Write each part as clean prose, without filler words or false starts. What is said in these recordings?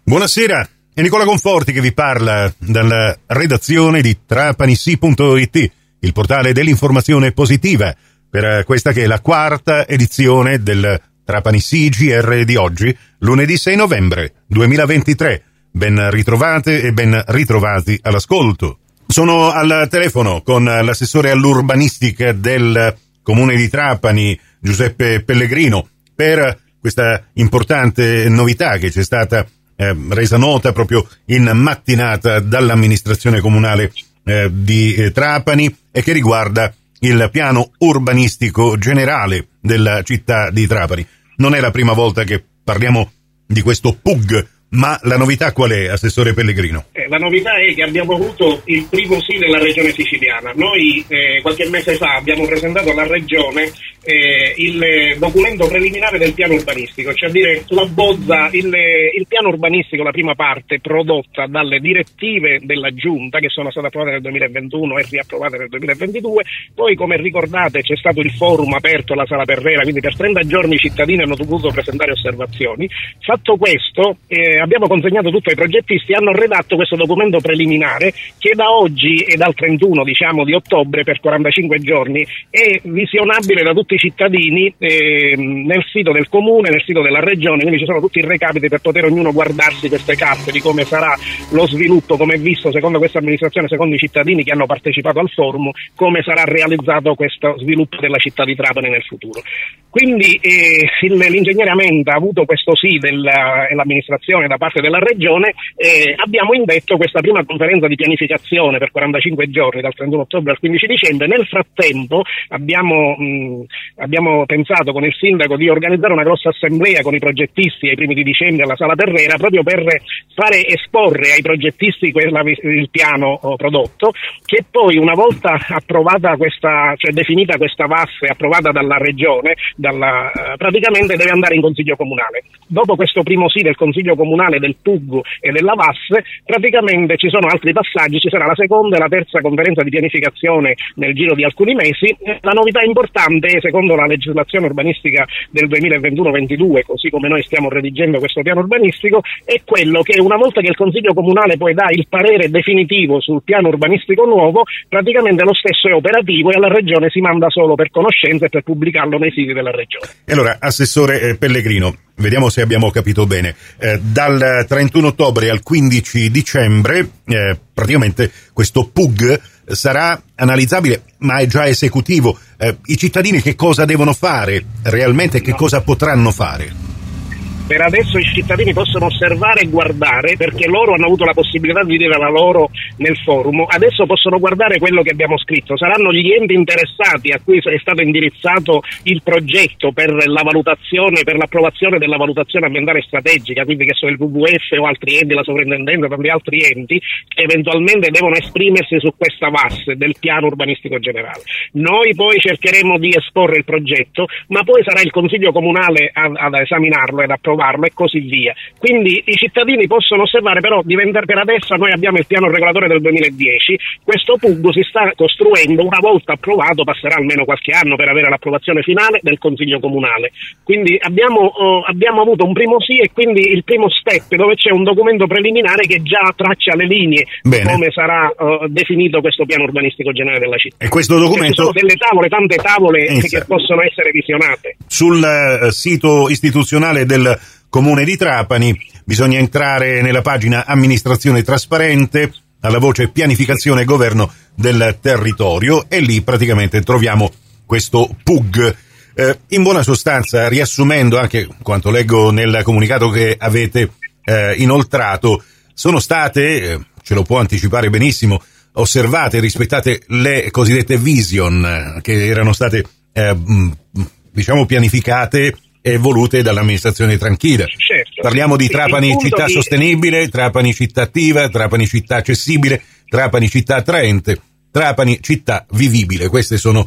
Buonasera, è Nicola Conforti che vi parla dalla redazione di TrapaniSì.it, il portale dell'informazione positiva, per questa che è la quarta edizione del Trapanisì GR di oggi, lunedì 6 novembre 2023. Ben ritrovate e ben ritrovati all'ascolto. Sono al telefono con l'assessore all'urbanistica del Comune di Trapani, Giuseppe Pellegrino, per questa importante novità che c'è stata resa nota proprio in mattinata dall'amministrazione comunale di Trapani e che riguarda il piano urbanistico generale della città di Trapani. Non è la prima volta che parliamo di questo PUG, ma la novità qual è, assessore Pellegrino? La novità è che abbiamo avuto il primo sì della regione siciliana. Noi qualche mese fa abbiamo presentato alla regione il documento preliminare del piano urbanistico, cioè a dire la bozza, il piano urbanistico, la prima parte prodotta dalle direttive della Giunta che sono state approvate nel 2021 e riapprovate nel 2022. Poi, come ricordate, c'è stato il forum aperto alla Sala Perrera, quindi per 30 giorni i cittadini hanno dovuto presentare osservazioni. Fatto questo, abbiamo consegnato tutto ai progettisti, hanno redatto questo documento preliminare che da oggi e dal 31 di ottobre per 45 giorni è visionabile da tutti i cittadini nel sito del comune, nel sito della regione, quindi ci sono tutti i recapiti per poter ognuno guardarsi queste carte di come sarà lo sviluppo, come è visto secondo questa amministrazione, secondo i cittadini che hanno partecipato al forum, come sarà realizzato questo sviluppo della città di Trapani nel futuro. Quindi l'ingegnere Amenda ha avuto questo sì dell'amministrazione da parte della regione, abbiamo indetto questa prima conferenza di pianificazione per 45 giorni dal 31 ottobre al 15 dicembre. Nel frattempo abbiamo pensato con il sindaco di organizzare una grossa assemblea con i progettisti ai primi di dicembre alla Sala Perrera, proprio per fare esporre ai progettisti il piano prodotto, che poi una volta approvata definita questa VAS approvata dalla regione, praticamente deve andare in consiglio comunale. Dopo questo primo sì del consiglio comunale, del PUG e della VAS, praticamente ci sono altri passaggi, ci sarà la seconda e la terza conferenza di pianificazione nel giro di alcuni mesi. La novità importante, secondo la legislazione urbanistica del 2021-22, così come noi stiamo redigendo questo piano urbanistico, è quello che una volta che il consiglio comunale poi dà il parere definitivo sul piano urbanistico nuovo, praticamente lo stesso è operativo e alla regione si manda solo per conoscenza e per pubblicarlo nei siti della regione. E allora, assessore Pellegrino, vediamo se abbiamo capito bene. Dal 31 ottobre al 15 dicembre praticamente questo PUG sarà analizzabile, ma è già esecutivo. I cittadini che cosa devono fare realmente e che cosa potranno fare? Per adesso i cittadini possono osservare e guardare, perché loro hanno avuto la possibilità di dire la loro nel forum. Adesso possono guardare quello che abbiamo scritto. Saranno gli enti interessati a cui è stato indirizzato il progetto per la valutazione, per l'approvazione della valutazione ambientale strategica, quindi che sono il WWF o altri enti, la sovrintendenza, tanti altri enti, che eventualmente devono esprimersi su questa VAS del piano urbanistico generale. Noi poi cercheremo di esporre il progetto, ma poi sarà il Consiglio Comunale ad esaminarlo ed approvarlo e così via. Quindi i cittadini possono osservare, però per adesso noi abbiamo il piano regolatore del 2010, questo PUG si sta costruendo, una volta approvato passerà almeno qualche anno per avere l'approvazione finale del Consiglio Comunale. Quindi abbiamo avuto un primo sì e quindi il primo step dove c'è un documento preliminare che già traccia le linee di come sarà definito questo piano urbanistico generale della città. E questo documento... Ci sono delle tavole, tante tavole che possono essere visionate. Sul sito istituzionale del Comune di Trapani bisogna entrare nella pagina amministrazione trasparente, alla voce pianificazione e governo del territorio, e lì praticamente troviamo questo PUG. In buona sostanza, riassumendo anche quanto leggo nel comunicato che avete inoltrato, sono state, ce lo può anticipare benissimo, osservate e rispettate le cosiddette vision che erano state pianificate e volute dall'amministrazione tranquilla. Certo. Parliamo di Trapani città sostenibile, Trapani città attiva, Trapani città accessibile, Trapani città attraente, Trapani città vivibile. Queste sono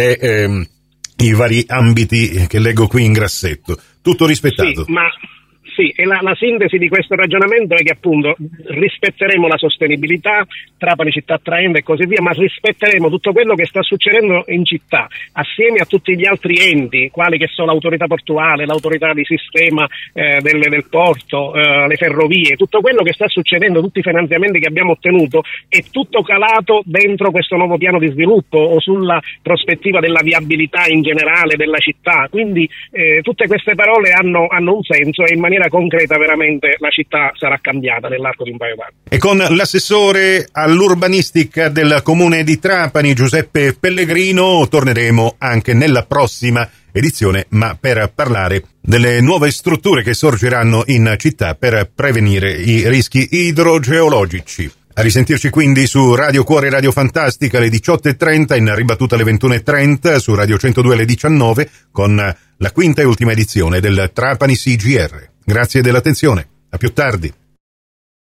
i vari ambiti che leggo qui in grassetto. Tutto rispettato. Sì, ma Sì, e la sintesi di questo ragionamento è che appunto rispetteremo la sostenibilità, Trapani città attraente e così via, ma rispetteremo tutto quello che sta succedendo in città, assieme a tutti gli altri enti, quali che sono l'autorità portuale, l'autorità di sistema del porto, le ferrovie, tutto quello che sta succedendo, tutti i finanziamenti che abbiamo ottenuto, è tutto calato dentro questo nuovo piano di sviluppo o sulla prospettiva della viabilità in generale della città. Quindi tutte queste parole hanno un senso e in maniera concreta veramente la città sarà cambiata nell'arco di un paio d'anni. E con l'assessore all'urbanistica del comune di Trapani, Giuseppe Pellegrino, torneremo anche nella prossima edizione, ma per parlare delle nuove strutture che sorgeranno in città per prevenire i rischi idrogeologici. A risentirci quindi su Radio Cuore Radio Fantastica alle 18.30, in ribattuta alle 21.30, su Radio 102 alle 19, con la quinta e ultima edizione del Trapani CGR. Grazie dell'attenzione, a più tardi.